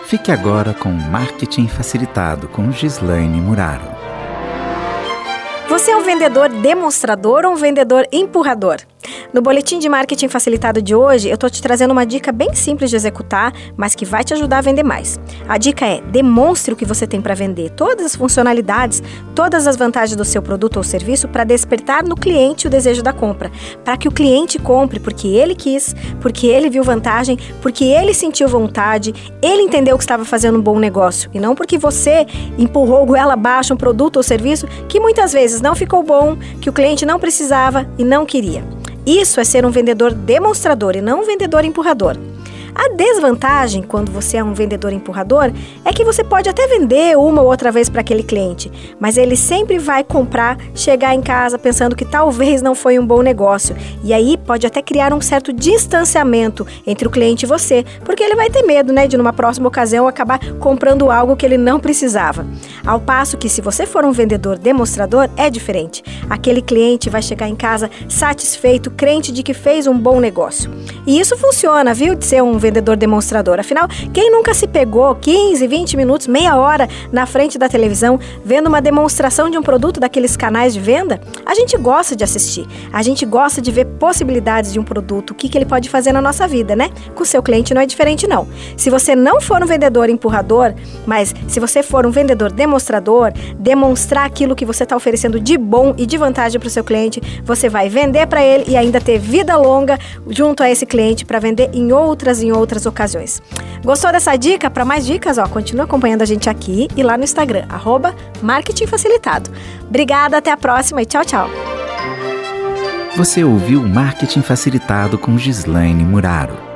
Fique agora com Marketing Facilitado com Gislaine Muraro. Você é um vendedor demonstrador ou um vendedor empurrador? No Boletim de Marketing Facilitado de hoje, eu estou te trazendo uma dica bem simples de executar, mas que vai te ajudar a vender mais. A dica é: demonstre o que você tem para vender, todas as funcionalidades, todas as vantagens do seu produto ou serviço para despertar no cliente o desejo da compra, para que o cliente compre porque ele quis, porque ele viu vantagem, porque ele sentiu vontade, ele entendeu que estava fazendo um bom negócio e não porque você empurrou goela abaixo um produto ou serviço que muitas vezes não ficou bom, que o cliente não precisava e não queria. Isso é ser um vendedor demonstrador e não um vendedor empurrador. A desvantagem, quando você é um vendedor empurrador, é que você pode até vender uma ou outra vez para aquele cliente, mas ele sempre vai comprar, chegar em casa pensando que talvez não foi um bom negócio. E aí pode até criar um certo distanciamento entre o cliente e você, porque ele vai ter medo, de numa próxima ocasião acabar comprando algo que ele não precisava. Ao passo que se você for um vendedor demonstrador, é diferente. Aquele cliente vai chegar em casa satisfeito, crente de que fez um bom negócio. E isso funciona, viu, de ser um vendedor demonstrador. Afinal, quem nunca se pegou 15, 20 minutos, meia hora na frente da televisão vendo uma demonstração de um produto daqueles canais de venda? A gente gosta de assistir, a gente gosta de ver possibilidades de um produto, o que ele pode fazer na nossa vida, né? Com o seu cliente não é diferente não. Se você não for um vendedor empurrador, mas se você for um vendedor demonstrador, demonstrar aquilo que você está oferecendo de bom e de vantagem para o seu cliente, você vai vender para ele e ainda ter vida longa junto a esse cliente para vender em outras ocasiões. Gostou dessa dica? Para mais dicas, continua acompanhando a gente aqui e lá no Instagram, @Marketing Facilitado. Obrigada, até a próxima e tchau, tchau. Você ouviu Marketing Facilitado com Gislaine Muraro.